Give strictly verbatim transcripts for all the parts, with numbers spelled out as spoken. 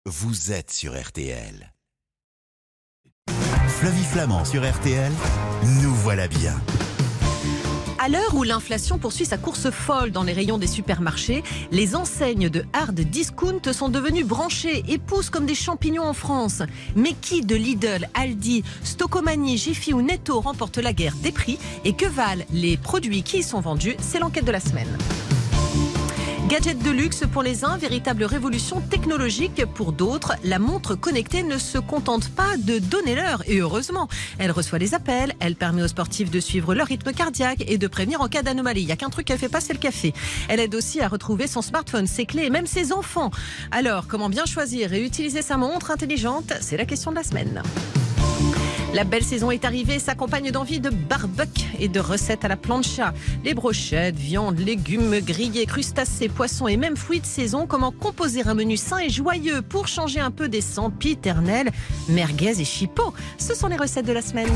vous êtes sur R T L. Flavie Flamand sur R T L, nous voilà bien. À l'heure où l'inflation poursuit sa course folle dans les rayons des supermarchés, les enseignes de hard discount sont devenues branchées et poussent comme des champignons en France. Mais qui de Lidl, Aldi, Stocomanie, Jiffy ou Netto remporte la guerre des prix et que valent les produits qui y sont vendus? C'est l'enquête de la semaine. Gadget de luxe pour les uns, véritable révolution technologique pour d'autres. La montre connectée ne se contente pas de donner l'heure, et heureusement. Elle reçoit les appels, elle permet aux sportifs de suivre leur rythme cardiaque et de prévenir en cas d'anomalie. Il n'y a qu'un truc qu'elle ne fait pas, c'est le café. Elle aide aussi à retrouver son smartphone, ses clés et même ses enfants. Alors, comment bien choisir et utiliser sa montre intelligente? C'est la question de la semaine. La belle saison est arrivée, s'accompagne d'envie de barbecue et de recettes à la plancha. Les brochettes, viandes, légumes grillés, crustacés, poissons et même fruits de saison. Comment composer un menu sain et joyeux pour changer un peu des sempiternels merguez et chipot? Ce sont les recettes de la semaine.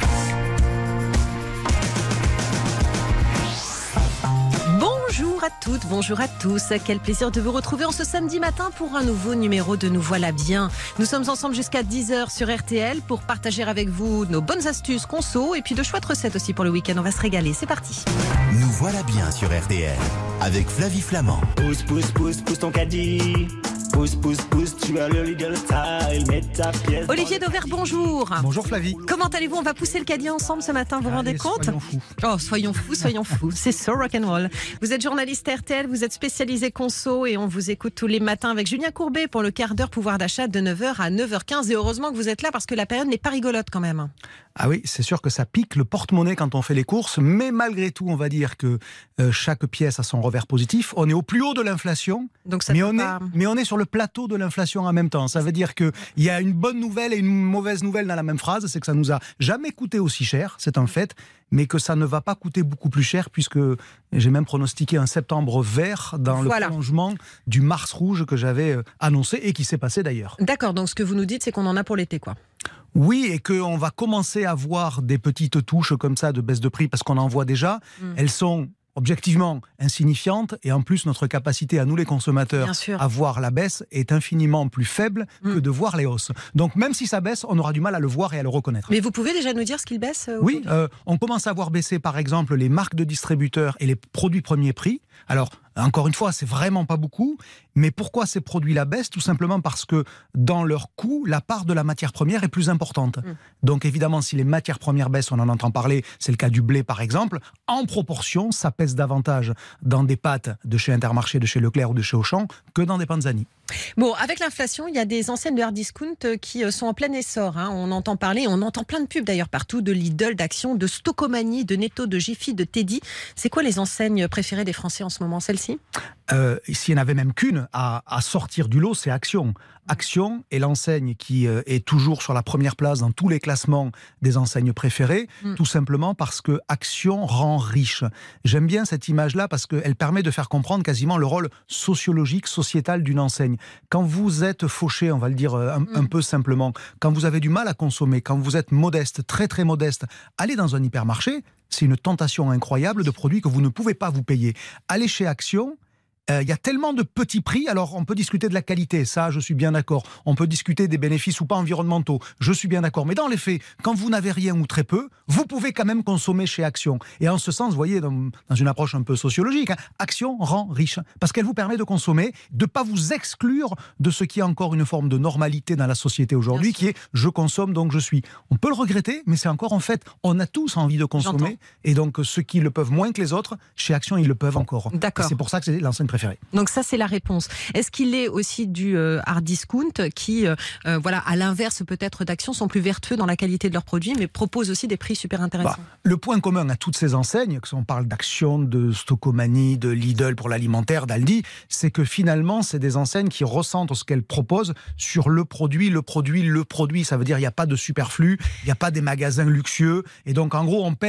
Bonjour à toutes, bonjour à tous. Quel plaisir de vous retrouver en ce samedi matin pour un nouveau numéro de Nous Voilà Bien. Nous sommes ensemble jusqu'à dix heures sur R T L pour partager avec vous nos bonnes astuces conso et puis de chouettes recettes aussi pour le week-end. On va se régaler, c'est parti. Nous voilà bien sur R T L avec Flavie Flamand. Pousse, pousse, pousse, pousse ton caddie. Pousse, pousse, pousse, tu as le Lidl Style. Mets ta pièce. Olivier Dauvert, bonjour. Bonjour Flavie. Comment allez-vous? On va pousser le caddie ensemble ce matin, vous vous rendez Allez, compte? soyons fous. Oh, soyons fous, soyons fous. C'est so rock'n'roll. Vous êtes journaliste R T L, vous êtes spécialisé conso et on vous écoute tous les matins avec Julien Courbet pour le quart d'heure pouvoir d'achat de neuf heures à neuf heures quinze. Et heureusement que vous êtes là parce que la période n'est pas rigolote quand même. Ah oui, c'est sûr que ça pique le porte-monnaie quand on fait les courses, mais malgré tout, on va dire que euh, chaque pièce a son revers positif. On est au plus haut de l'inflation, Donc ça mais peut on, pas... est, mais on est sur le plateau de l'inflation en même temps. Ça veut dire qu'il y a une bonne nouvelle et une mauvaise nouvelle dans la même phrase, c'est que ça nous a jamais coûté aussi cher, c'est un fait, mais que ça ne va pas coûter beaucoup plus cher puisque j'ai même pronostiqué un septembre vert dans Voilà. le prolongement du Mars rouge que j'avais euh, annoncé et qui s'est passé d'ailleurs. D'accord, donc ce que vous nous dites, c'est qu'on en a pour l'été, quoi. Oui, et qu'on va commencer à voir des petites touches comme ça de baisse de prix parce qu'on en voit déjà. Mm. Elles sont objectivement insignifiantes et en plus notre capacité à nous les consommateurs Bien sûr. à voir la baisse est infiniment plus faible Mm. que de voir les hausses. Donc même si ça baisse, on aura du mal à le voir et à le reconnaître. Mais vous pouvez déjà nous dire ce qu'il baisse euh, Oui, aujourd'hui euh, on commence à voir baisser par exemple les marques de distributeurs et les produits premier prix. Alors, encore une fois, c'est vraiment pas beaucoup, mais pourquoi ces produits-là baissent? Tout simplement parce que dans leur coût, la part de la matière première est plus importante. Mm. Donc évidemment, si les matières premières baissent, on en entend parler, c'est le cas du blé par exemple, en proportion, ça pèse davantage dans des pâtes de chez Intermarché, de chez Leclerc ou de chez Auchan que dans des panzani. Bon, avec l'inflation, il y a des enseignes de hard discount euh, qui euh, sont en plein essor. Hein. On entend parler, on entend plein de pubs d'ailleurs partout, de Lidl, d'Action, de Stocomanie, de Netto, de Jiffy, de Teddy. C'est quoi les enseignes préférées des Français en ce moment, celles-ci? Euh, S'il n'y en avait même qu'une à, à sortir du lot, c'est Action. Action est l'enseigne qui euh, est toujours sur la première place dans tous les classements des enseignes préférées, Mm. tout simplement parce que Action rend riche. J'aime bien cette image-là parce qu'elle permet de faire comprendre quasiment le rôle sociologique, sociétal d'une enseigne. Quand vous êtes fauché, on va le dire euh, un, Mm. un peu simplement, quand vous avez du mal à consommer, quand vous êtes modeste, très très modeste, allez dans un hypermarché, c'est une tentation incroyable de produits que vous ne pouvez pas vous payer. Allez chez Action. Il euh, y a tellement de petits prix, alors on peut discuter de la qualité, ça je suis bien d'accord. On peut discuter des bénéfices ou pas environnementaux, je suis bien d'accord. Mais dans les faits, quand vous n'avez rien ou très peu, vous pouvez quand même consommer chez Action. Et en ce sens, vous voyez, dans, dans une approche un peu sociologique, hein, Action rend riche. Parce qu'elle vous permet de consommer, de ne pas vous exclure de ce qui est encore une forme de normalité dans la société aujourd'hui, qui est je consomme donc je suis. On peut le regretter, mais c'est encore en fait, on a tous envie de consommer. J'entends. Et donc ceux qui le peuvent moins que les autres, chez Action ils le peuvent encore. D'accord. Et c'est pour ça que c'est l'enseigne préférée. Donc ça, c'est la réponse. Est-ce qu'il est aussi du euh, hard discount qui, euh, euh, voilà, à l'inverse peut-être d'Action, sont plus vertueux dans la qualité de leurs produits, mais proposent aussi des prix super intéressants? Bah, le point commun à toutes ces enseignes, que on parle d'Action, de Stocomanie, de Lidl pour l'alimentaire, d'Aldi, c'est que finalement, c'est des enseignes qui ressentent ce qu'elles proposent sur le produit, le produit, le produit. Ça veut dire qu'il n'y a pas de superflu, il n'y a pas des magasins luxueux. Et donc, en gros, on paye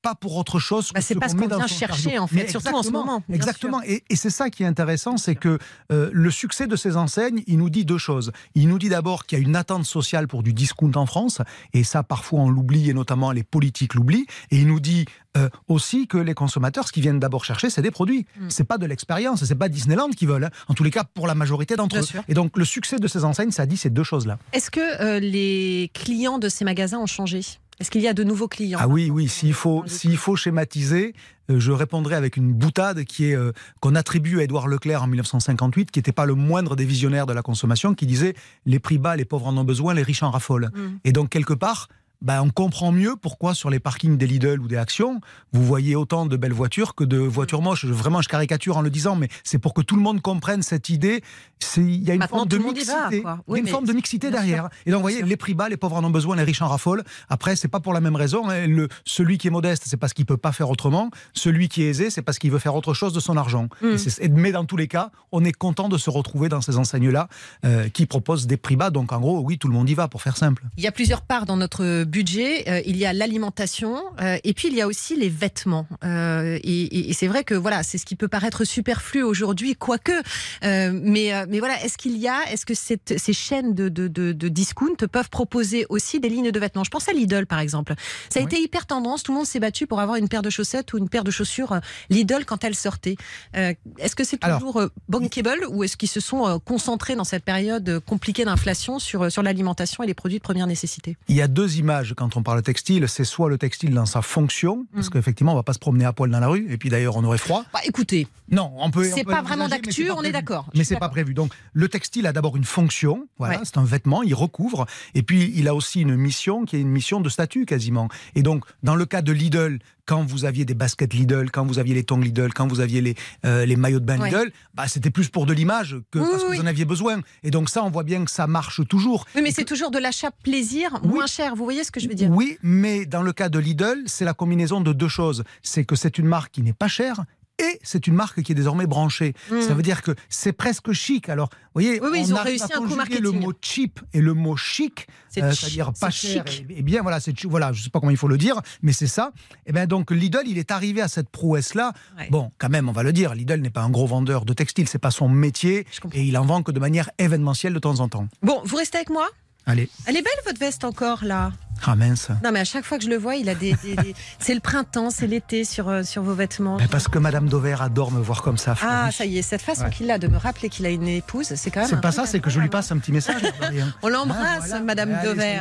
pas pour autre chose que bah, c'est ce pas qu'on ce met qu'on dans vient son chercher cardio. en fait, Mais surtout en ce moment. Exactement. Et, et c'est ça qui est intéressant, c'est que euh, le succès de ces enseignes, il nous dit deux choses. Il nous dit d'abord qu'il y a une attente sociale pour du discount en France, et ça parfois on l'oublie, et notamment les politiques l'oublient. Et il nous dit euh, aussi que les consommateurs, ce qu'ils viennent d'abord chercher, c'est des produits. Mm. C'est pas de l'expérience, c'est pas Disneyland qu'ils veulent. Hein. En tous les cas, pour la majorité d'entre eux. Sûr. Et donc le succès de ces enseignes, ça dit ces deux choses-là. Est-ce que euh, les clients de ces magasins ont changé ? Est-ce qu'il y a de nouveaux clients ? Ah oui, oui. S'il faut, s'il faut schématiser, euh, je répondrai avec une boutade qui est euh, qu'on attribue à Édouard Leclerc en mille neuf cent cinquante-huit, qui n'était pas le moindre des visionnaires de la consommation, qui disait « les prix bas, les pauvres en ont besoin, les riches en raffolent mmh. ». Et donc, quelque part... Ben, on comprend mieux pourquoi sur les parkings des Lidl ou des Action, vous voyez autant de belles voitures que de voitures moches. Je, vraiment, je caricature en le disant, mais c'est pour que tout le monde comprenne cette idée. Il y a une Maintenant, forme de mixité, va, oui, il y a une forme de mixité derrière. Sûr. Et donc, vous voyez, les prix bas, les pauvres en ont besoin, les riches en raffolent. Après, c'est pas pour la même raison. Hein. Le, celui qui est modeste, c'est parce qu'il peut pas faire autrement. Celui qui est aisé, c'est parce qu'il veut faire autre chose de son argent. Mm. Et c'est, mais dans tous les cas, on est content de se retrouver dans ces enseignes-là euh, qui proposent des prix bas. Donc, en gros, oui, tout le monde y va, pour faire simple. Il y a plusieurs parts dans notre budget. Euh, il y a l'alimentation euh, et puis il y a aussi les vêtements. Euh, et, et, et c'est vrai que voilà, c'est ce qui peut paraître superflu aujourd'hui, quoique. Euh, mais, euh, mais voilà, est-ce qu'il y a, est-ce que cette, ces chaînes de, de, de, de discount peuvent proposer aussi des lignes de vêtements ? Je pense à Lidl par exemple. Ça a oui. été hyper tendance. Tout le monde s'est battu pour avoir une paire de chaussettes ou une paire de chaussures Lidl quand elles sortaient. Euh, est-ce que c'est toujours Alors, bankable ou est-ce qu'ils se sont concentrés dans cette période compliquée d'inflation sur, sur l'alimentation et les produits de première nécessité ? Il y a deux images quand on parle de textile. C'est soit le textile dans sa fonction, parce mmh. qu'effectivement, on ne va pas se promener à poil dans la rue, et puis d'ailleurs, on aurait froid. Bah, écoutez, non, on peut. C'est on peut pas vraiment d'actu, on prévu. est d'accord. Mais c'est pas prévu. Donc, le textile a d'abord une fonction. Voilà, ouais. C'est un vêtement, il recouvre, et puis il a aussi une mission qui est une mission de statut quasiment. Et donc, dans le cas de Lidl, quand vous aviez des baskets Lidl, quand vous aviez les tongs Lidl, quand vous aviez les, euh, les maillots de bain Lidl, ouais. bah, c'était plus pour de l'image que oui, parce que oui. vous en aviez besoin. Et donc ça, on voit bien que ça marche toujours. Oui, mais et c'est que... toujours de l'achat plaisir oui. moins cher. Vous voyez ce que je veux dire ? Oui, mais dans le cas de Lidl, c'est la combinaison de deux choses. C'est que c'est une marque qui n'est pas chère, et c'est une marque qui est désormais branchée. Mmh. Ça veut dire que c'est presque chic. Alors, vous voyez, oui, oui, on ils ont arrive réussi à un coup conjuguer le mot cheap et le mot chic, c'est euh, ch- c'est-à-dire pas c'est cher. Chic. Et, et bien, voilà, c'est voilà, je sais pas comment il faut le dire, mais c'est ça. Et bien donc Lidl, il est arrivé à cette prouesse-là. Ouais. Bon, quand même, on va le dire, Lidl n'est pas un gros vendeur de textiles, c'est pas son métier, et il en vend que de manière événementielle de temps en temps. Bon, vous restez avec moi ? Allez. Elle est belle votre veste encore là. Ah mince. Non mais à chaque fois que je le vois, il a des, des, des... c'est le printemps, c'est l'été sur euh, sur vos vêtements. Mais parce que Madame Dover adore me voir comme ça. Ah ça y est, cette façon ouais. qu'il a de me rappeler qu'il a une épouse, c'est quand même. C'est pas ça, c'est que je lui passe un petit message. On l'embrasse, ah, voilà. Madame Allez, Dover.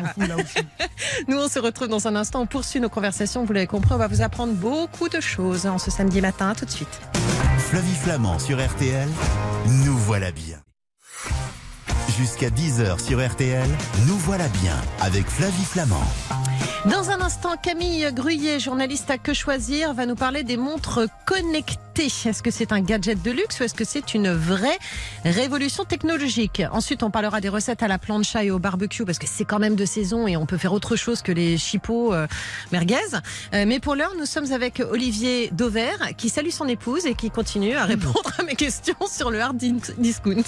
Nous on se retrouve dans un instant, on poursuit nos conversations. Vous l'avez compris, on va vous apprendre beaucoup de choses en ce samedi matin. À tout de suite. Flavie Flamand sur R T L, nous voilà bien. Jusqu'à dix heures sur R T L, nous voilà bien avec Flavie Flamand. Dans un instant, Camille Gruyé, journaliste à Que Choisir, va nous parler des montres connectées. Est-ce que c'est un gadget de luxe ou est-ce que c'est une vraie révolution technologique ? Ensuite, on parlera des recettes à la plancha et au barbecue parce que c'est quand même de saison et on peut faire autre chose que les chipots euh, merguez. Euh, mais pour l'heure, nous sommes avec Olivier Dauvert qui salue son épouse et qui continue à répondre à mes questions sur le hard discount.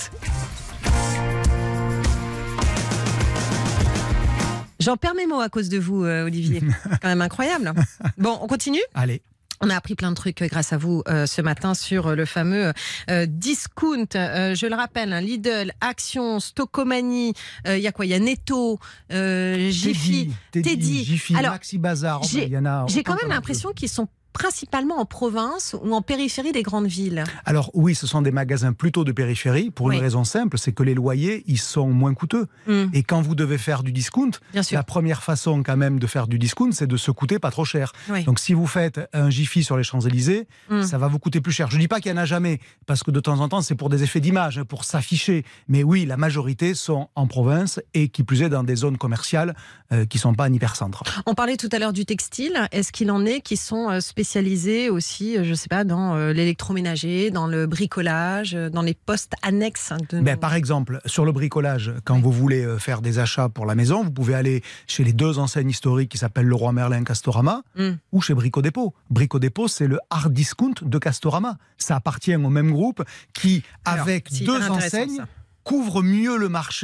J'en perds mes mots à cause de vous, euh, Olivier. C'est quand même incroyable. Bon, on continue ? Allez. On a appris plein de trucs grâce à vous euh, ce matin sur le fameux euh, discount. Euh, je le rappelle, hein, Lidl, Action, Stocomanie, il euh, y a quoi ? Il y a Netto, euh, Jiffy, Teddy, Teddy. Jiffy, Alors, Maxi Bazar. J'ai, il y en a j'ai quand même l'impression qu'ils sont principalement en province ou en périphérie des grandes villes. Alors oui, ce sont des magasins plutôt de périphérie, pour oui. une raison simple, c'est que les loyers, ils sont moins coûteux. Mm. Et quand vous devez faire du discount, la première façon quand même de faire du discount, c'est de se coûter pas trop cher. Oui. Donc si vous faites un Jiffy sur les Champs-Élysées, mm. ça va vous coûter plus cher. Je ne dis pas qu'il n'y en a jamais, parce que de temps en temps, c'est pour des effets d'image, pour s'afficher. Mais oui, la majorité sont en province et qui plus est dans des zones commerciales euh, qui ne sont pas en hypercentre. On parlait tout à l'heure du textile. Est-ce qu'il en est qui sont euh, spécialisés aussi, je ne sais pas, dans euh, l'électroménager, dans le bricolage, dans les postes annexes de... ben, Par exemple, sur le bricolage, quand oui. vous voulez euh, faire des achats pour la maison, vous pouvez aller chez les deux enseignes historiques qui s'appellent Leroy Merlin, Castorama, mm. ou chez Brico Dépôt. Brico Dépôt, c'est le hard discount de Castorama. Ça appartient au même groupe qui, Alors, avec deux enseignes, ça. couvre mieux le marché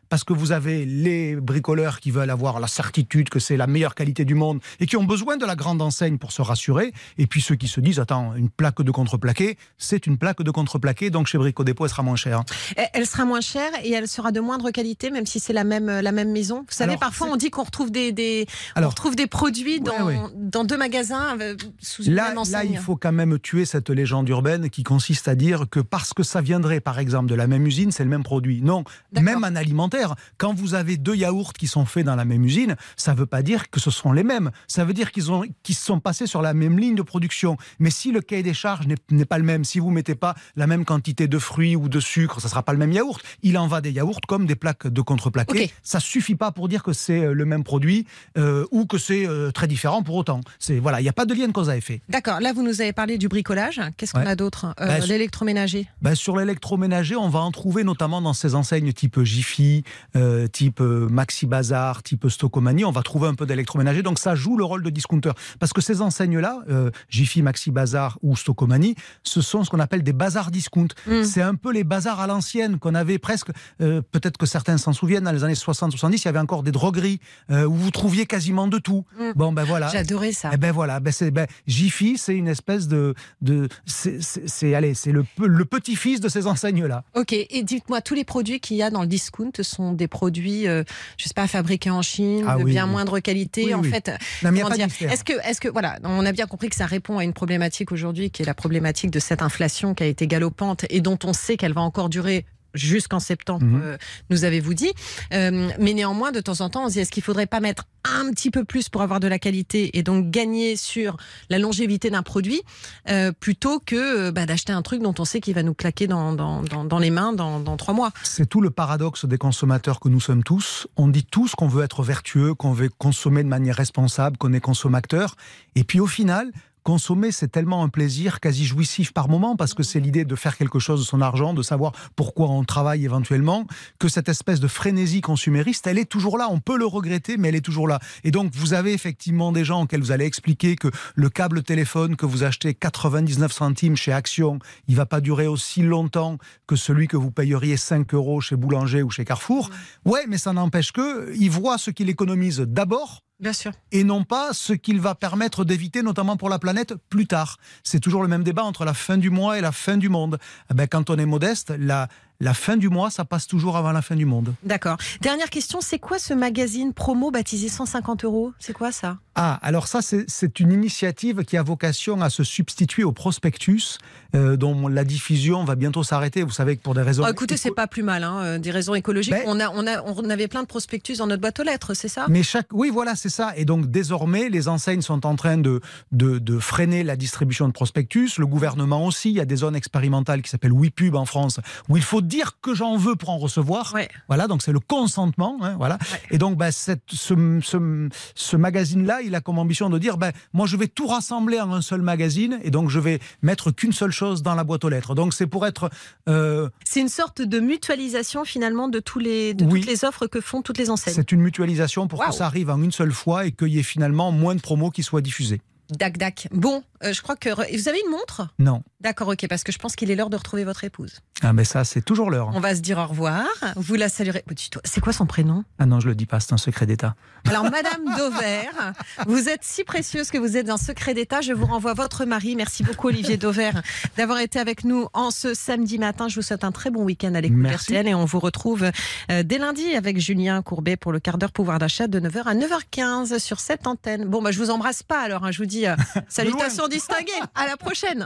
parce que vous avez les bricoleurs qui veulent avoir la certitude que c'est la meilleure qualité du monde et qui ont besoin de la grande enseigne pour se rassurer, et puis ceux qui se disent, attends, une plaque de contreplaqué, c'est une plaque de contreplaqué, donc chez Brico Dépôt, elle sera moins chère. Elle sera moins chère et elle sera de moindre qualité, même si c'est la même, la même maison. Vous savez, Alors, parfois c'est... on dit qu'on retrouve des, des, Alors, on retrouve des produits dans, ouais, ouais. dans deux magasins euh, sous une là, même enseigne. Là, il faut quand même tuer cette légende urbaine qui consiste à dire que parce que ça viendrait, par exemple, de la même usine, c'est le même produit. Non, D'accord. Même en alimentaire, quand vous avez deux yaourts qui sont faits dans la même usine, ça ne veut pas dire que ce sont les mêmes. Ça veut dire qu'ils ont, qu'ils se sont passés sur la même ligne de production. Mais si le cahier des charges n'est, n'est pas le même, si vous ne mettez pas la même quantité de fruits ou de sucre, ça ne sera pas le même yaourt. Il en va des yaourts comme des plaques de contreplaqué. Okay. Ça ne suffit pas pour dire que c'est le même produit euh, ou que c'est euh, très différent pour autant. C'est, voilà, il n'y a pas de lien de cause à effet. D'accord, là vous nous avez parlé du bricolage. Qu'est-ce qu'on ouais. a d'autre euh, ben, L'électroménager. Ben, sur l'électroménager, on va en trouver notamment dans ces enseignes type Jiffy, euh, type euh, Maxi Bazar, type Stocomanie. On va trouver un peu d'électroménager. Donc ça joue le rôle de discounter. Parce que ces enseignes-là, euh, Jiffy, Maxi Bazar ou Stocomanie, ce sont ce qu'on appelle des bazars discount. Mm. C'est un peu les bazars à l'ancienne qu'on avait presque, euh, peut-être que certains s'en souviennent, dans les années soixante soixante-dix, il y avait encore des drogueries euh, où vous trouviez quasiment de tout. Mm. Bon, ben voilà. J'adorais ça. Et ben voilà, ben c'est, ben, Jiffy, c'est une espèce de... de c'est, c'est, c'est, allez, c'est le, le petit-fils de ces enseignes-là. Ok, et dites-moi, tous les produits qu'il y a dans le discount sont des produits, euh, je sais pas, fabriqués en Chine, ah, de oui, bien oui. moindre qualité. Oui, en oui. fait, non, mais comment dire, dire, est-ce que, est-ce que, voilà, on a bien compris que ça répond à une problématique aujourd'hui, qui est la problématique de cette inflation qui a été galopante et dont on sait qu'elle va encore durer jusqu'en septembre, mmh. euh, nous avez-vous dit. Euh, mais néanmoins, de temps en temps, on se dit, est-ce qu'il ne faudrait pas mettre un petit peu plus pour avoir de la qualité et donc gagner sur la longévité d'un produit, euh, plutôt que bah, d'acheter un truc dont on sait qu'il va nous claquer dans, dans, dans, dans les mains dans, dans trois mois. C'est tout le paradoxe des consommateurs que nous sommes tous. On dit tous qu'on veut être vertueux, qu'on veut consommer de manière responsable, qu'on est consommateur. Et puis au final... consommer, c'est tellement un plaisir quasi jouissif par moment, parce que c'est l'idée de faire quelque chose de son argent, de savoir pourquoi on travaille éventuellement, que cette espèce de frénésie consumériste, elle est toujours là. On peut le regretter, mais elle est toujours là. Et donc, vous avez effectivement des gens auxquels vous allez expliquer que le câble téléphone que vous achetez quatre-vingt-dix-neuf centimes chez Action, il ne va pas durer aussi longtemps que celui que vous payeriez cinq euros chez Boulanger ou chez Carrefour. Ouais, mais ça n'empêche qu'il voit ce qu'il économise d'abord, bien sûr, et non pas ce qu'il va permettre d'éviter, notamment pour la planète, plus tard. C'est toujours le même débat entre la fin du mois et la fin du monde. Eh ben, quand on est modeste, la, la fin du mois, ça passe toujours avant la fin du monde. D'accord. Dernière question, c'est quoi ce magazine promo baptisé cent cinquante euros ? C'est quoi ça ? Ah, alors ça, c'est, c'est une initiative qui a vocation à se substituer au prospectus, euh, dont la diffusion va bientôt s'arrêter. Vous savez que pour des raisons... Oh, écoutez, éco- c'est pas plus mal, hein, des raisons écologiques. Ben, on, a, on, a, on avait plein de prospectus dans notre boîte aux lettres, c'est ça ? Mais chaque... Oui, voilà, c'est ça. Et donc, désormais, les enseignes sont en train de, de, de freiner la distribution de prospectus. Le gouvernement aussi. Il y a des zones expérimentales qui s'appellent WePub en France, où il faut dire que j'en veux pour en recevoir. Ouais. Voilà, donc c'est le consentement. Hein, voilà. Ouais. Et donc, ben, cette, ce, ce, ce magazine-là, il a comme ambition de dire, ben, moi, je vais tout rassembler en un seul magazine, et donc je vais mettre qu'une seule chose dans la boîte aux lettres. Donc, c'est pour être... Euh... C'est une sorte de mutualisation, finalement, de, tous les, de oui. toutes les offres que font toutes les enseignes. C'est une mutualisation pour wow. que ça arrive en une seule fois et qu'il y ait finalement moins de promos qui soient diffusés. Dac, dac. Bon, euh, je crois que... Vous avez une montre ? Non. D'accord, ok, parce que je pense qu'il est l'heure de retrouver votre épouse. Ah, mais ça, c'est toujours l'heure. On va se dire au revoir. Vous la saluerez. C'est quoi son prénom ? Ah non, je le dis pas, c'est un secret d'État. Alors, Madame Dauvert, vous êtes si précieuse que vous êtes un secret d'État. Je vous renvoie votre mari. Merci beaucoup, Olivier Dauvert, d'avoir été avec nous en ce samedi matin. Je vous souhaite un très bon week-end à l'écoute R T L et on vous retrouve euh, dès lundi avec Julien Courbet pour le quart d'heure pouvoir d'achat de neuf heures à neuf heures quinze sur cette antenne. Bon, bah, je vous embrasse pas alors, hein, je vous dis euh, salutations distinguées. À la prochaine.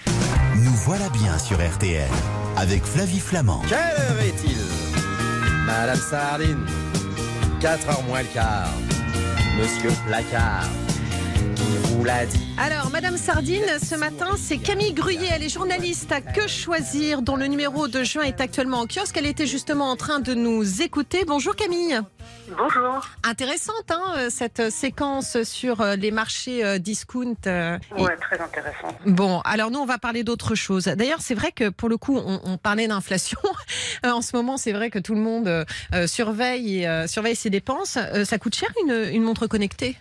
Nous voilà bien sur R T L avec Flavie Flamand. Quelle heure est-il, Madame Sardine? quatre heures moins le quart. Monsieur Placard, qui vous l'a dit? Alors, Madame Sardine, ce matin, c'est Camille Gruyé. Elle est journaliste à Que Choisir, dont le numéro de juin est actuellement en kiosque. Elle était justement en train de nous écouter. Bonjour Camille. Bonjour. Intéressante, hein, cette séquence sur les marchés discount. Euh, oui, et... très intéressante. Bon, alors nous, on va parler d'autre chose. D'ailleurs, c'est vrai que pour le coup, on, on parlait d'inflation. En ce moment, c'est vrai que tout le monde euh, surveille, et, euh, surveille ses dépenses. Euh, ça coûte cher une, une montre connectée, non ?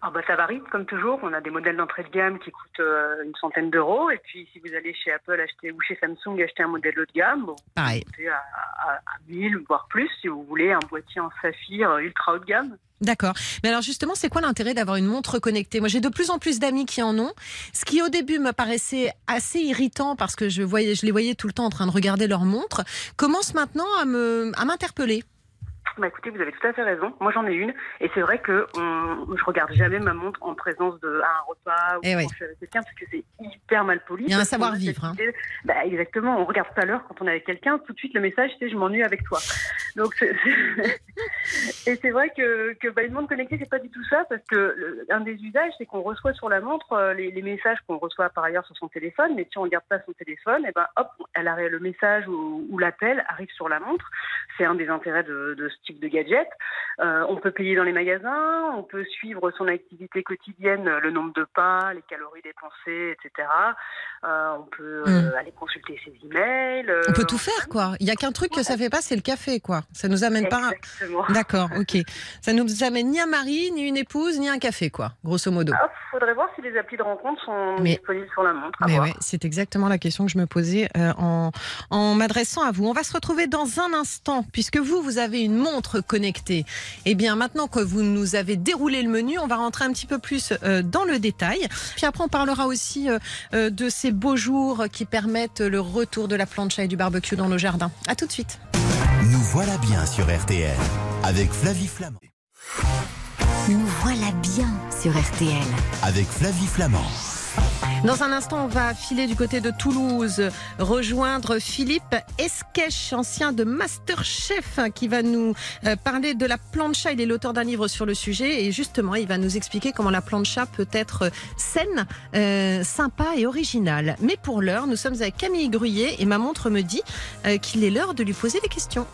Ah bah ça varie, comme toujours. On a des modèles d'entrée de gamme qui coûtent euh, une centaine d'euros. Et puis, si vous allez chez Apple acheter ou chez Samsung acheter un modèle haut de gamme, bon, Pareil. vous montez à, à, à mille, voire plus, si vous voulez un boîtier en saphir ultra haut de gamme. D'accord. Mais alors justement, c'est quoi l'intérêt d'avoir une montre connectée? Moi, j'ai de plus en plus d'amis qui en ont. Ce qui au début me paraissait assez irritant parce que je voyais, je les voyais tout le temps en train de regarder leur montre, commence maintenant à me, à m'interpeller. Bah écoutez, vous avez tout à fait raison. Moi, j'en ai une. Et c'est vrai que on, je regarde jamais ma montre en présence de à un repas ou Eh quand oui. je suis avec quelqu'un parce que c'est hyper mal poli. Il y a un Parce qu'on savoir-vivre, cette idée- Bah exactement. On regarde tout à l'heure quand on est avec quelqu'un, tout de suite le message c'est je m'ennuie avec toi. Donc c'est, c'est... et c'est vrai que que bah, une montre connectée c'est pas du tout ça parce que le, un des usages c'est qu'on reçoit sur la montre euh, les, les messages qu'on reçoit par ailleurs sur son téléphone. Mais si on regarde pas son téléphone, et ben hop, elle a le message ou, ou l'appel arrive sur la montre. C'est un des intérêts de, de ce type de gadget. Euh, on peut payer dans les magasins, on peut suivre son activité quotidienne, le nombre de pas, les calories dépensées, et cetera. Euh, on peut euh, Mm. aller consulter ses emails. euh, On peut tout faire, quoi. Il y a qu'un truc que ça fait pas, c'est le café, quoi. Ça nous amène pas. Exactement. D'accord, ok. Ça nous amène ni un mari, ni une épouse, ni un café, quoi. Grosso modo. Il faudrait voir si les applis de rencontre sont Mais- disponibles sur la montre. à Mais voir. ouais, c'est exactement la question que je me posais euh, en, en m'adressant à vous. On va se retrouver dans un instant, puisque vous, vous avez une montre connectée. Eh bien, maintenant que vous nous avez déroulé le menu, on va rentrer un petit peu plus euh, dans le détail. Puis après, on parlera aussi euh, euh, de ces beaux jours qui permettent le retour de la plancha et du barbecue dans nos jardins. À tout de suite. Nous voilà bien sur R T L avec Flavie Flamand. Nous voilà bien sur R T L. Avec Flavie Flamand. Dans un instant, on va filer du côté de Toulouse, rejoindre Philippe Esquèche, ancien de Masterchef, qui va nous euh, parler de la plancha. Il est l'auteur d'un livre sur le sujet et justement, il va nous expliquer comment la plancha peut être saine, euh, sympa et originale. Mais pour l'heure, nous sommes avec Camille Gruyé et ma montre me dit euh, qu'il est l'heure de lui poser des questions.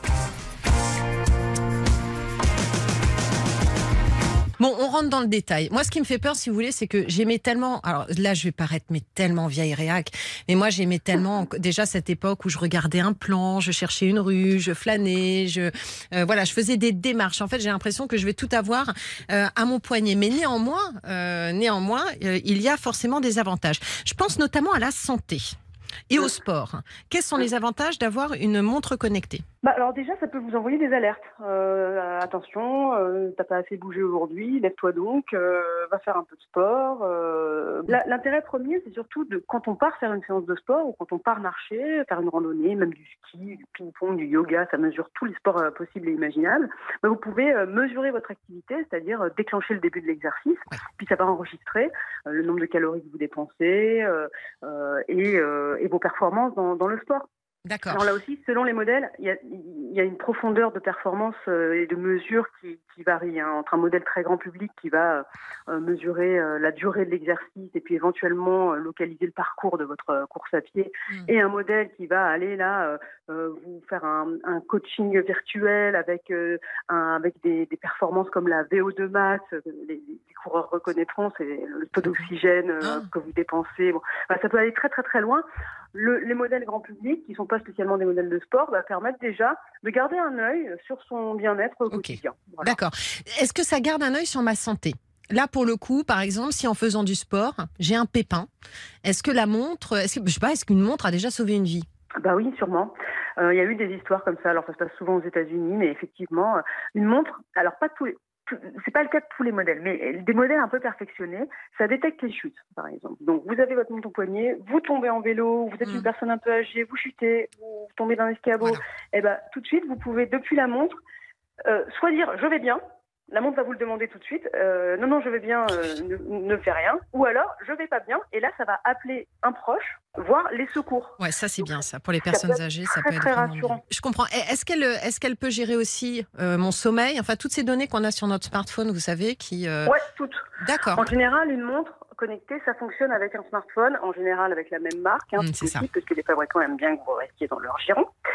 Bon, on rentre dans le détail. Moi, ce qui me fait peur, si vous voulez, c'est que j'aimais tellement... Alors là, je vais paraître mais tellement vieille réac, mais moi, j'aimais tellement déjà cette époque où je regardais un plan, je cherchais une rue, je flânais, je euh, voilà, je faisais des démarches. En fait, j'ai l'impression que je vais tout avoir euh, à mon poignet. Mais néanmoins, euh, néanmoins, euh, il y a forcément des avantages. Je pense notamment à la santé et au sport. Quels sont les avantages d'avoir une montre connectée ? Bah alors déjà, ça peut vous envoyer des alertes. Euh, attention, euh, t'as pas assez bougé aujourd'hui, lève-toi donc, euh, va faire un peu de sport. Euh. La- L'intérêt premier, c'est surtout de quand on part faire une séance de sport ou quand on part marcher, faire une randonnée, même du ski, du ping-pong, du yoga, ça mesure tous les sports euh, possibles et imaginables. Bah, vous pouvez euh, mesurer votre activité, c'est-à-dire euh, déclencher le début de l'exercice, puis ça va enregistrer euh, le nombre de calories que vous dépensez euh, euh, et, euh, et vos performances dans, dans le sport. D'accord. Alors là aussi, selon les modèles, il y a, il y a une profondeur de performance euh, et de mesure qui, qui varie hein, entre un modèle très grand public qui va euh, mesurer euh, la durée de l'exercice et puis éventuellement euh, localiser le parcours de votre euh, course à pied Mmh. et un modèle qui va aller là euh, euh, vous faire un, un coaching virtuel avec euh, un, avec des, des performances comme la V O deux max, euh, les, les coureurs reconnaîtront, c'est le taux d'oxygène euh, Ah. que vous dépensez. Bon, bah, ça peut aller très très très loin. Le, les modèles grand public, qui ne sont pas spécialement des modèles de sport, bah, permettent déjà de garder un œil sur son bien-être au Ok. quotidien. Voilà. D'accord. Est-ce que ça garde un œil sur ma santé ? Là, pour le coup, par exemple, si en faisant du sport, j'ai un pépin, est-ce que la montre, est-ce que, je sais pas, est-ce qu'une montre a déjà sauvé une vie ? Bah oui, sûrement. Euh, il y a eu des histoires comme ça. Alors ça se passe souvent aux États-Unis, mais effectivement, euh, une montre. Alors pas tous les. C'est pas le cas de tous les modèles, mais des modèles un peu perfectionnés, ça détecte les chutes, par exemple. Donc, vous avez votre montre au poignet, vous tombez en vélo, vous êtes Mmh. une personne un peu âgée, vous chutez, vous tombez dans l'escabeau, Voilà. et ben tout de suite, vous pouvez, depuis la montre, euh, soit dire « je vais bien », la montre va vous le demander tout de suite, euh, « non, non, je vais bien, euh, ne, ne fais rien », ou alors « je vais pas bien », et là, ça va appeler un proche, voire les secours. Ouais, ça c'est Donc, bien ça. Pour les ça personnes peut être âgées, ça très, peut être très vraiment rassurant. bien. Je comprends. Et Est-ce qu'elle, est-ce qu'elle peut gérer aussi euh, mon sommeil ? Enfin, toutes ces données qu'on a sur notre smartphone, vous savez, qui. euh, Ouais, toutes. D'accord. En général, une montre connectée, ça fonctionne avec un smartphone, en général avec la même marque, hein, Mm, c'est c'est ça. possible, parce que les fabricants aiment bien que vous restiez dans leur giron.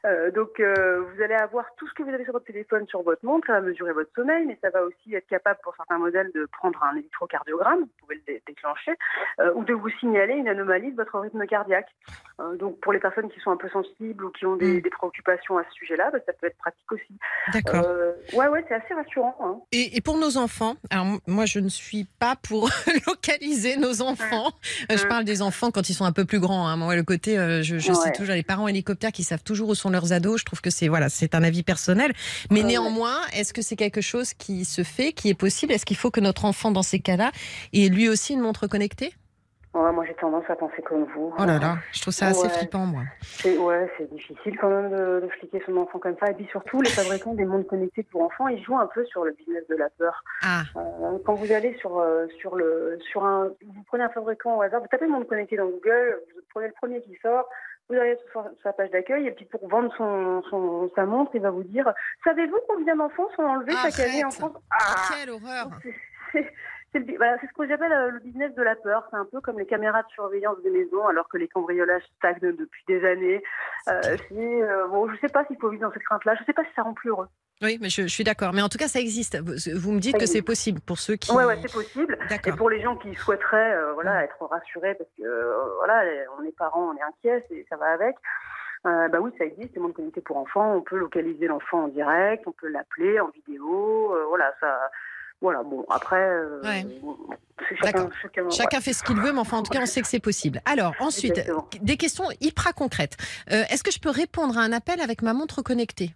Euh, donc, euh, vous allez avoir tout ce que vous avez sur votre téléphone sur votre montre, ça va mesurer votre sommeil, mais ça va aussi être capable pour certains modèles de prendre un électrocardiogramme, vous pouvez le dé- déclencher, euh, ou de vous signaler une anomalie de votre rythme cardiaque. Euh, donc, pour les personnes qui sont un peu sensibles ou qui ont des, Mm. des préoccupations à ce sujet-là, bah, ça peut être pratique aussi. D'accord. Euh, ouais, ouais, c'est assez rassurant. Hein. Et, et pour nos enfants, alors m- moi je ne suis pas pour localiser nos enfants. Euh, Je Mm. parle des enfants quand ils sont un peu plus grands. Hein. Moi, le côté, euh, je, je sais Ouais. toujours les parents hélicoptères qui savent toujours où sont leurs ados. Je trouve que c'est voilà, c'est un avis personnel. Mais Ouais. néanmoins, est-ce que c'est quelque chose qui se fait, qui est possible? Est-ce qu'il faut que notre enfant, dans ces cas-là, ait lui aussi une montre connectée? Ouais, moi, j'ai tendance à penser comme vous. Oh là là, je trouve ça assez Ouais. flippant, moi. C'est, ouais, c'est difficile quand même de, de fliquer son enfant comme ça. Et puis surtout, les fabricants des montres connectées pour enfants, ils jouent un peu sur le business de la peur. Ah, Euh, quand vous allez sur, euh, sur, le, sur un... Vous prenez un fabricant au hasard, vous tapez montre connectée dans Google, vous prenez le premier qui sort, vous arrivez sur sa- sa page d'accueil, et puis pour vendre son, son, sa montre, il va vous dire « Savez-vous combien d'enfants sont enlevés chaque année en arrête. France ?» Ah, Quelle horreur. c'est, c'est, c'est, le- voilà, c'est ce que j'appelle euh, le business de la peur. C'est un peu comme les caméras de surveillance des maisons, alors que les cambriolages stagnent depuis des années. Euh, c'est, euh, bon, je ne sais pas s'il faut vivre dans cette crainte-là. Je ne sais pas si ça rend plus heureux. Oui, mais je, je suis d'accord. Mais en tout cas, ça existe. Vous, vous me dites Ça que c'est existe. possible pour ceux qui... Ouais, ouais, c'est possible. Et D'accord. pour les gens qui souhaiteraient euh, voilà, Mm. être rassurés, parce que euh, voilà, on est parents, on est inquiets, et ça va avec. Euh, bah oui, ça existe, les montres connectées pour enfants. On peut localiser l'enfant en direct, on peut l'appeler en vidéo. euh, voilà, ça. Voilà, bon, après, euh, Ouais. c'est chacun, D'accord. chacun, Chacun ouais. fait ce qu'il veut, mais enfin, en tout cas, on sait que c'est possible. Alors, ensuite, Exactement. des questions hyper concrètes. Euh, Est-ce que je peux répondre à un appel avec ma montre connectée?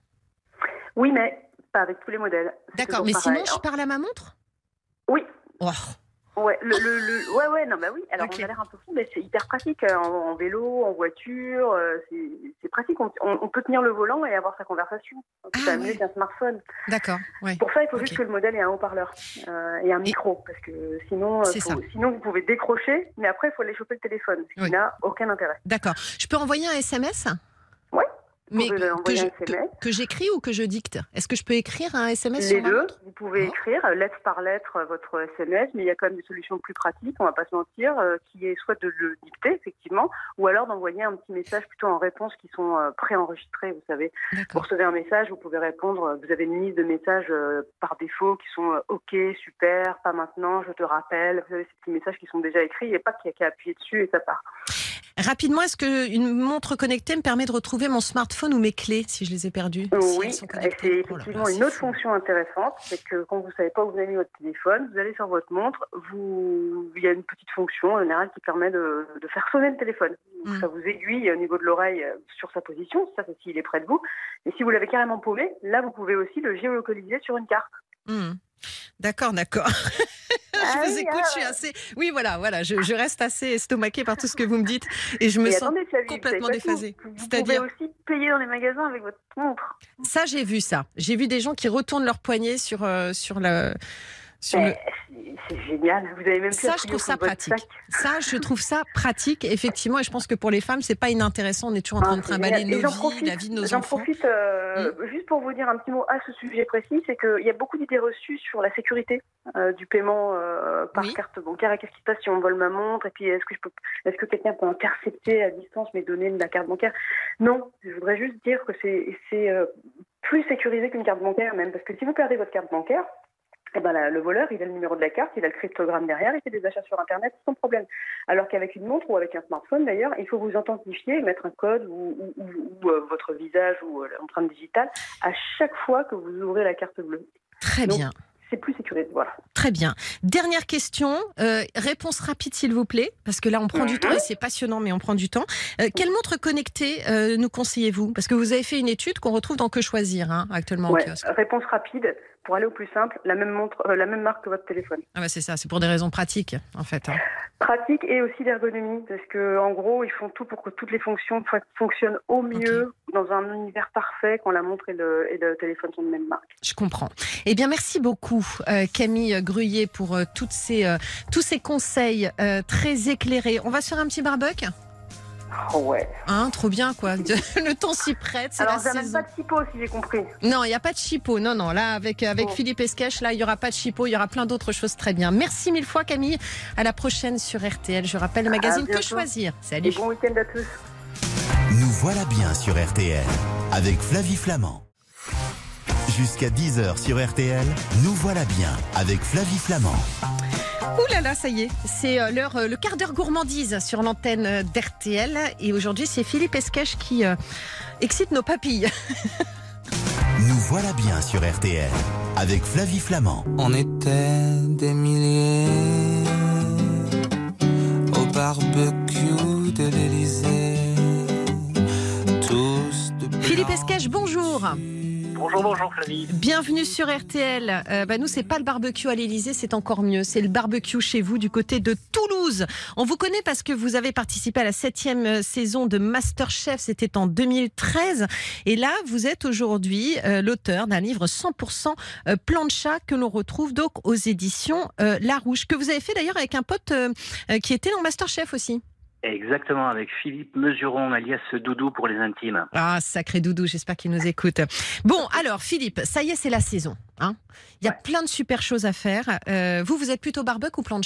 Oui, mais pas avec tous les modèles. C'est D'accord, toujours mais pareil, sinon, je hein. parle à ma montre? Oui. Oh, Ouais, le, le, le- ouais, ouais, non, bah oui. Alors, Ok. on a l'air un peu fou, mais c'est hyper pratique euh, en, en vélo, en voiture. euh, c'est, c'est pratique. On, on- on peut tenir le volant et avoir sa conversation. Donc, Ah, c'est mieux ouais. qu'un smartphone. d'accord, ouais. Pour ça, il faut Ok. juste que le modèle ait un haut-parleur euh, et un micro, parce que sinon, euh, C'est faut- ça. sinon vous pouvez décrocher, mais après il faut aller choper le téléphone, ce qui Oui. n'a aucun intérêt. D'accord. Je peux envoyer un S M S? Ouais, Mais pouvez que, envoyer je- un S M S. que, que j'écris ou que je dicte? Est-ce que je peux écrire un S M S Les sur ma deux, montre? vous pouvez Oh. écrire euh, lettre par lettre euh, votre S M S, mais il y a quand même des solutions plus pratiques, on va pas se mentir, euh, qui est soit de le dicter effectivement, ou alors d'envoyer un petit message plutôt en réponse qui sont euh, préenregistrés, vous savez. Vous D'accord. recevez un message, vous pouvez répondre, euh, vous avez une liste de messages euh, par défaut qui sont euh, OK, super, pas maintenant, je te rappelle. Vous avez ces petits messages qui sont déjà écrits, il n'y a pas qu'il y a qu'à appuyer dessus et ça part. Rapidement, est-ce qu'une montre connectée me permet de retrouver mon smartphone ou mes clés si je les ai perdues? Si Oui, elles sont et connectées. c'est Oh là là, effectivement c'est une autre fou. fonction intéressante, c'est que quand vous ne savez pas où vous avez mis votre téléphone, vous allez sur votre montre, vous... il y a une petite fonction en général qui permet de, de faire sonner le téléphone. Donc, Mm. ça vous aiguille au niveau de l'oreille euh, sur sa position, ça c'est s'il est près de vous. Et si vous l'avez carrément paumé, là vous pouvez aussi le géolocaliser sur une carte. Hmm. D'accord, d'accord. je Ah vous oui, écoute, ah je suis assez. Oui, voilà, voilà, je, je reste assez estomaquée par tout ce que vous me dites et je me Et sens attendez, Flavie, complètement vous savez pas déphasée. tout. Vous C'est-à-dire, pouvez aussi payer dans les magasins avec votre montre. ça, j'ai vu ça. J'ai vu des gens qui retournent leur poignet sur euh, sur le sur le. Mais c'est- C'est génial. Vous avez même plus Ça, à je fouiller trouve au ça fond de votre pratique. sac. Ça, je trouve ça pratique, effectivement, et je pense que pour les femmes, c'est pas inintéressant. On est toujours en train Ah, de c'est trimballer génial. Et nos j'en vies, profite- la vie de nos J'en enfants. profite euh, juste pour vous dire un petit mot à ce sujet précis, c'est qu'il y a beaucoup d'idées reçues sur la sécurité euh, du paiement euh, par Oui. carte bancaire. Et qu'est-ce qui se passe si on vole ma montre? Et puis est-ce que je peux, est-ce que quelqu'un peut intercepter à distance mes données de la carte bancaire? Non, je voudrais juste dire que c'est c'est euh, plus sécurisé qu'une carte bancaire même, parce que si vous perdez votre carte bancaire, eh ben, la- le voleur, il a le numéro de la carte, il a le cryptogramme derrière, il fait des achats sur Internet sans problème. Alors qu'avec une montre ou avec un smartphone, d'ailleurs, il faut vous authentifier, mettre un code ou, ou- ou- ou, euh, votre visage ou euh, l'empreinte digitale à chaque fois que vous ouvrez la carte bleue. Très Donc, bien. C'est plus sécurisé, voilà. Très bien. Dernière question, euh, réponse rapide s'il vous plaît, parce que là on prend du Mhm. temps et c'est passionnant, mais on prend du temps. Euh, quelle montre connectée euh, nous conseillez-vous? Parce que vous avez fait une étude qu'on retrouve dans Que Choisir hein, actuellement Ouais, au kiosque. réponse rapide, pour aller au plus simple, la même montre, euh, la même marque que votre téléphone. Ah bah c'est ça, c'est pour des raisons pratiques en fait. hein. Pratique et aussi l'ergonomie, parce que en gros, ils font tout pour que toutes les fonctions fo- fonctionnent au mieux dans un univers parfait quand la montre et le, et le téléphone sont de même marque. Je comprends. Eh bien, merci beaucoup, euh, Camille Gruyer, pour euh, toutes ces, euh, tous ces conseils euh, très éclairés. On va sur un petit barbecue Oh ouais. hein, trop bien, quoi. Le temps s'y prête, c'est Alors, la vous n'avez même saison. pas de typo, si j'ai compris. Non, il n'y a pas de chipot. Non, non. Là, avec, avec Oh. Philippe Esquèche, là, il n'y aura pas de chipot. Il y aura plein d'autres choses très bien. Merci mille fois, Camille. À la prochaine sur R T L. Je rappelle le magazine Que bientôt. Choisir. Et Salut. bon week-end à tous. Nous voilà bien sur R T L avec Flavie Flamand. Jusqu'à dix heures sur R T L, nous voilà bien avec Flavie Flamand. Ouh là là, ça y est, c'est euh, l'heure, euh, le quart d'heure gourmandise sur l'antenne euh, d'R T L. Et aujourd'hui, c'est Philippe Esquèche qui euh, excite nos papilles. Nous voilà bien sur R T L avec Flavie Flamand. On était des milliers au barbecue de l'Élysée. Tous de Philippe Esquèche, bonjour. Bonjour, bonjour Flavie. Bienvenue sur R T L. Euh, bah nous, c'est pas le barbecue à l'Élysée, c'est encore mieux. C'est le barbecue chez vous, du côté de Toulouse. On vous connaît parce que vous avez participé à la septième saison de MasterChef. C'était en deux mille treize. Et là, vous êtes aujourd'hui euh, l'auteur d'un livre cent pour cent euh, plancha que l'on retrouve donc aux éditions euh, Larouche, que vous avez fait d'ailleurs avec un pote euh, euh, qui était dans MasterChef aussi. Exactement, avec Philippe Mesuron, alias Doudou pour les intimes. Ah, sacré Doudou, j'espère qu'il nous écoute. Bon, alors Philippe, ça y est, c'est la saison. Hein, il y a ouais. plein de super choses à faire. Euh, vous, vous êtes plutôt barbecue ou plancha ?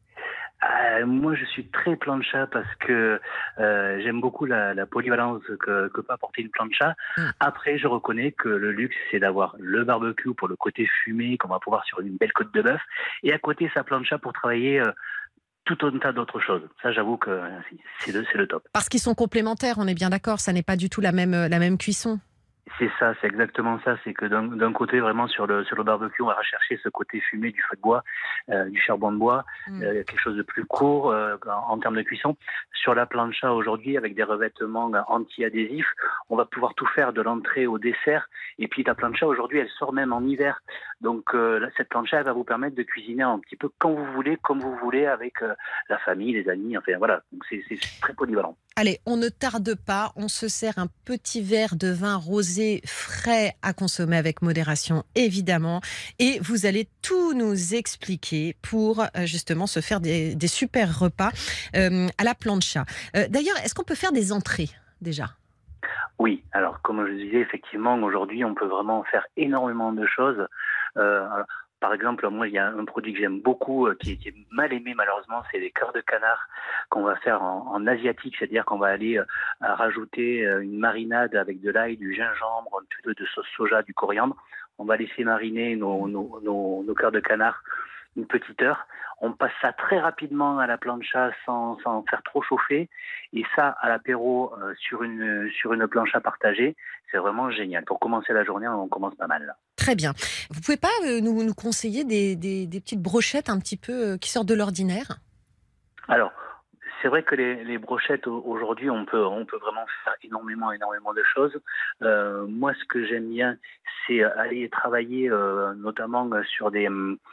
Euh, moi, je suis très plancha parce que euh, j'aime beaucoup la, la polyvalence que, que peut apporter une plancha. Mm. Après, je reconnais que le luxe, c'est d'avoir le barbecue pour le côté fumé qu'on va pouvoir sur une belle côte de bœuf, et à côté sa plancha pour travailler euh, tout un tas d'autres choses. Ça, j'avoue que c'est le, c'est le top. Parce qu'ils sont complémentaires, on est bien d'accord, ça n'est pas du tout la même, la même cuisson. C'est ça, c'est exactement ça. C'est que d'un, d'un côté, vraiment, sur le, sur le barbecue, on va rechercher ce côté fumé du feu de bois, euh, du charbon de bois, mmh. euh, quelque chose de plus court euh, en, en termes de cuisson. Sur la plancha, aujourd'hui, avec des revêtements anti-adhésifs, on va pouvoir tout faire de l'entrée au dessert. Et puis, la plancha, aujourd'hui, elle sort même en hiver. Donc, euh, cette plancha, elle va vous permettre de cuisiner un petit peu quand vous voulez, comme vous voulez, avec euh, la famille, les amis. Enfin, voilà. Donc, c'est, c'est très polyvalent. Allez, on ne tarde pas. On se sert un petit verre de vin rosé frais à consommer avec modération, évidemment. Et vous allez tout nous expliquer pour euh, justement se faire des, des super repas euh, à la plancha. Euh, d'ailleurs, est-ce qu'on peut faire des entrées déjà ? Oui, alors comme je disais, effectivement, aujourd'hui, on peut vraiment faire énormément de choses. Euh, alors, Par exemple, moi, il y a un produit que j'aime beaucoup, euh, qui, est, qui est mal aimé malheureusement, c'est les cœurs de canard qu'on va faire en, en asiatique, c'est-à-dire qu'on va aller euh, rajouter euh, une marinade avec de l'ail, du gingembre, un petit peu de sauce soja, du coriandre. On va laisser mariner nos, nos, nos, nos cœurs de canard une petite heure. On passe ça très rapidement à la plancha sans, sans faire trop chauffer. Et ça, à l'apéro, euh, sur une, sur une plancha partagée, c'est vraiment génial. Pour commencer la journée, on commence pas mal là. Très bien. Vous pouvez pas euh, nous, nous conseiller des, des, des petites brochettes un petit peu euh, qui sortent de l'ordinaire ? Alors, c'est vrai que les, les brochettes, aujourd'hui, on peut, on peut vraiment faire énormément, énormément de choses. Euh, moi, ce que j'aime bien, c'est aller travailler euh, notamment sur des...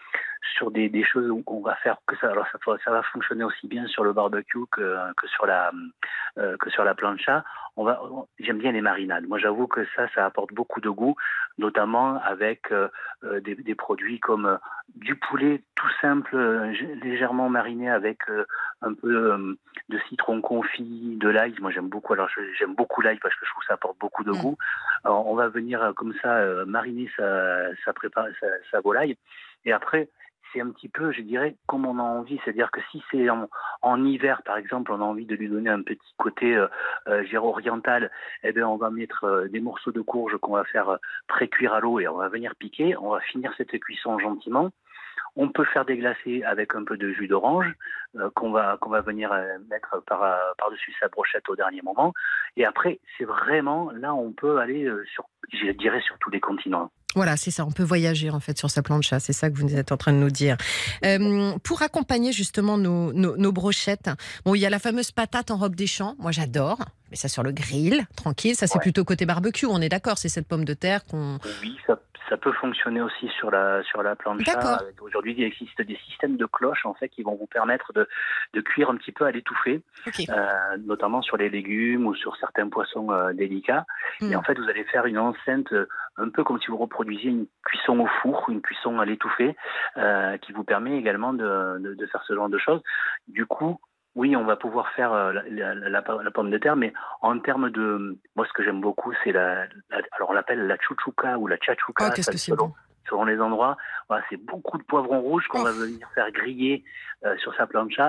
sur des, des choses où on va faire que ça, alors ça, ça va fonctionner aussi bien sur le barbecue que, que sur la euh, que sur la plancha. On va, on, j'aime bien les marinades. Moi, j'avoue que ça, ça apporte beaucoup de goût, notamment avec euh, des, des produits comme euh, du poulet tout simple, euh, légèrement mariné avec euh, un peu euh, de citron confit, de l'ail. Moi, j'aime beaucoup. Alors, j'aime beaucoup l'ail parce que je trouve que ça apporte beaucoup de goût. Alors, on va venir euh, comme ça euh, mariner sa, sa prépare, sa, sa volaille, et après. C'est un petit peu, je dirais, comme on a envie. C'est-à-dire que si c'est en, en hiver, par exemple, on a envie de lui donner un petit côté euh, euh, oriental, eh bien, on va mettre euh, des morceaux de courge qu'on va faire euh, pré-cuire à l'eau et on va venir piquer. On va finir cette cuisson gentiment. On peut faire des glacés avec un peu de jus d'orange euh, qu'on va qu'on va venir euh, mettre par euh, par-dessus sa brochette au dernier moment. Et après, c'est vraiment là on peut aller euh, sur, je dirais, sur tous les continents. Voilà, c'est ça. On peut voyager en fait sur sa plancha. C'est ça que vous êtes en train de nous dire. Euh, pour accompagner justement nos, nos, nos brochettes, bon, il y a la fameuse patate en robe des champs. Moi, j'adore. Mais ça sur le grill, tranquille. Ça, c'est ouais. plutôt côté barbecue. On est d'accord. C'est cette pomme de terre qu'on. Oui, ça, ça peut fonctionner aussi sur la sur la plancha. D'accord. Aujourd'hui, il existe des systèmes de cloches en fait qui vont vous permettre de de cuire un petit peu à l'étouffée, okay. euh, notamment sur les légumes ou sur certains poissons euh, délicats. Mm. Et en fait, vous allez faire une enceinte euh, un peu comme si vous reproduisiez une cuisson au four, une cuisson à l'étouffée, euh, qui vous permet également de, de, de faire ce genre de choses. Du coup, oui, on va pouvoir faire euh, la, la, la, la pomme de terre, mais en termes de... Moi, ce que j'aime beaucoup, c'est la... la alors, on l'appelle la chouchouka ou la tchatchouka. Oh, qu'est-ce que c'est selon, bon. selon les endroits. Voilà, c'est beaucoup de poivrons rouges qu'on oh. va venir faire griller euh, sur sa plancha.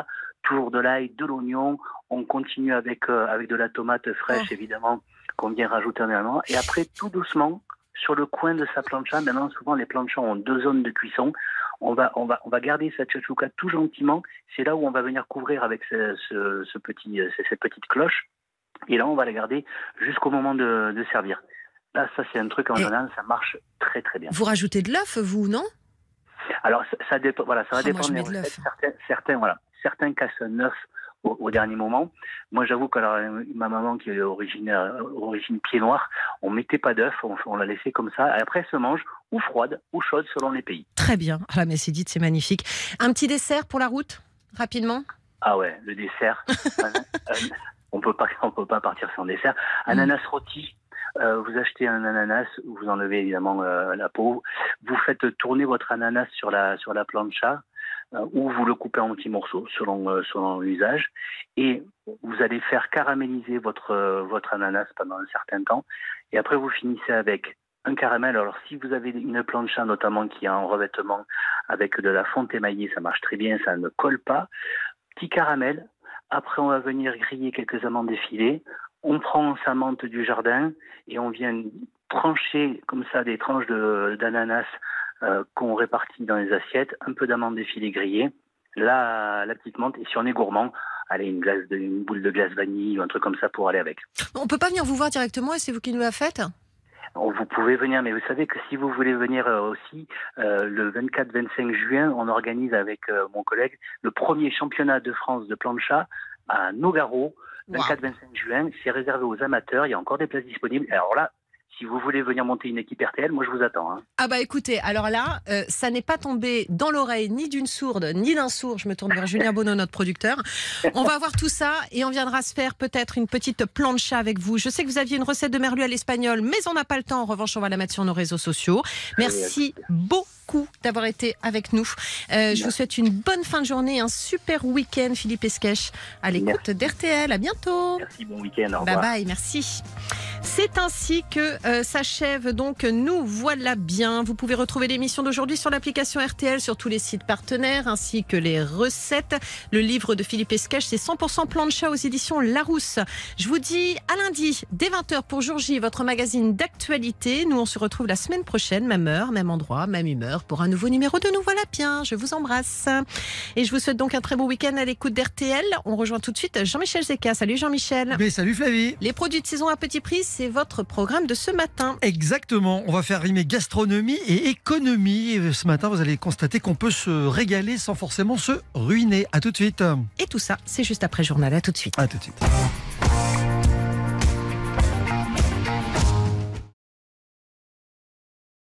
toujours de l'ail, de l'oignon. On continue avec, euh, avec de la tomate fraîche, oh. évidemment, qu'on vient rajouter en amont. Et après, tout doucement, sur le coin de sa plancha, maintenant, souvent, les planchas ont deux zones de cuisson. On va, on va, on va garder cette chouchouka tout gentiment. C'est là où on va venir couvrir avec ce, ce, ce petit, cette petite cloche. Et là, on va la garder jusqu'au moment de, de servir. Là, ça, c'est un truc en général, ça marche très, très bien. Vous rajoutez de l'œuf, vous, non? Alors, ça, ça dépend. Voilà, ça va oh, dépendre moi, des recettes. Certains, certains, voilà, certains cassent un œuf au, au dernier moment. Moi, j'avoue que alors, ma maman, qui est originaire, origine pied noir, on mettait pas d'œuf, on, on la laissait comme ça. Et après, elle se mange ou froide ou chaude selon les pays. Très bien. Ah, la Messédite, c'est magnifique. Un petit dessert pour la route, rapidement? Ah ouais, le dessert. euh, on peut pas, on peut pas partir sans dessert. Ananas mm. rôti. Euh, vous achetez un ananas, vous enlevez évidemment euh, la peau, vous faites tourner votre ananas sur la, sur la plancha euh, ou vous le coupez en petits morceaux selon, euh, selon l'usage et vous allez faire caraméliser votre, euh, votre ananas pendant un certain temps et après vous finissez avec un caramel. Alors si vous avez une plancha notamment qui a un revêtement avec de la fonte émaillée, ça marche très bien, ça ne colle pas. Petit caramel, après on va venir griller quelques amandes effilées. On prend sa menthe du jardin et on vient trancher comme ça des tranches de, d'ananas euh, qu'on répartit dans les assiettes, un peu d'amandes effilées grillées, la, la petite menthe et si on est gourmand, allez, une, glace de, une boule de glace vanille ou un truc comme ça pour aller avec. On ne peut pas venir vous voir directement et c'est vous qui nous la faites? Vous pouvez venir, mais vous savez que si vous voulez venir aussi, euh, le vingt-quatre vingt-cinq juin, on organise avec euh, mon collègue le premier championnat de France de plancha à Nogaro. vingt-quatre vingt-cinq juin, c'est réservé aux amateurs, il y a encore des places disponibles. Alors là, si vous voulez venir monter une équipe R T L, moi je vous attends. Hein. Ah bah écoutez, alors là, euh, ça n'est pas tombé dans l'oreille ni d'une sourde ni d'un sourd. Je me tourne vers Julien Bonneau, notre producteur. On va voir tout ça et on viendra se faire peut-être une petite plancha avec vous. Je sais que vous aviez une recette de merlu à l'espagnol, mais on n'a pas le temps. En revanche, on va la mettre sur nos réseaux sociaux. Merci beaucoup d'avoir été avec nous. Euh, je vous souhaite une bonne fin de journée, un super week-end, Philippe Esquèche, à l'écoute d'R T L. À bientôt. Merci, bon week-end. Au revoir. Bye bye, merci. C'est ainsi que euh, s'achève donc Nous voilà bien. Vous pouvez retrouver l'émission d'aujourd'hui sur l'application R T L, sur tous les sites partenaires, ainsi que les recettes. Le livre de Philippe Esquèche, c'est cent pour cent plancha aux éditions Larousse. Je vous dis à lundi, dès vingt heures pour Jour J, votre magazine d'actualité. Nous, on se retrouve la semaine prochaine, même heure, même endroit, même humeur, pour un nouveau numéro de Nous voilà bien. Je vous embrasse. Et je vous souhaite donc un très beau week-end à l'écoute d'R T L. On rejoint tout de suite Jean-Michel Zeka. Salut Jean-Michel. Mais salut Flavie. Les produits de saison à petit prix, c'est votre programme de ce matin. Exactement, on va faire rimer gastronomie et économie. Et ce matin, vous allez constater qu'on peut se régaler sans forcément se ruiner. À tout de suite. Et tout ça, c'est juste après journal. À tout de suite. À tout de suite.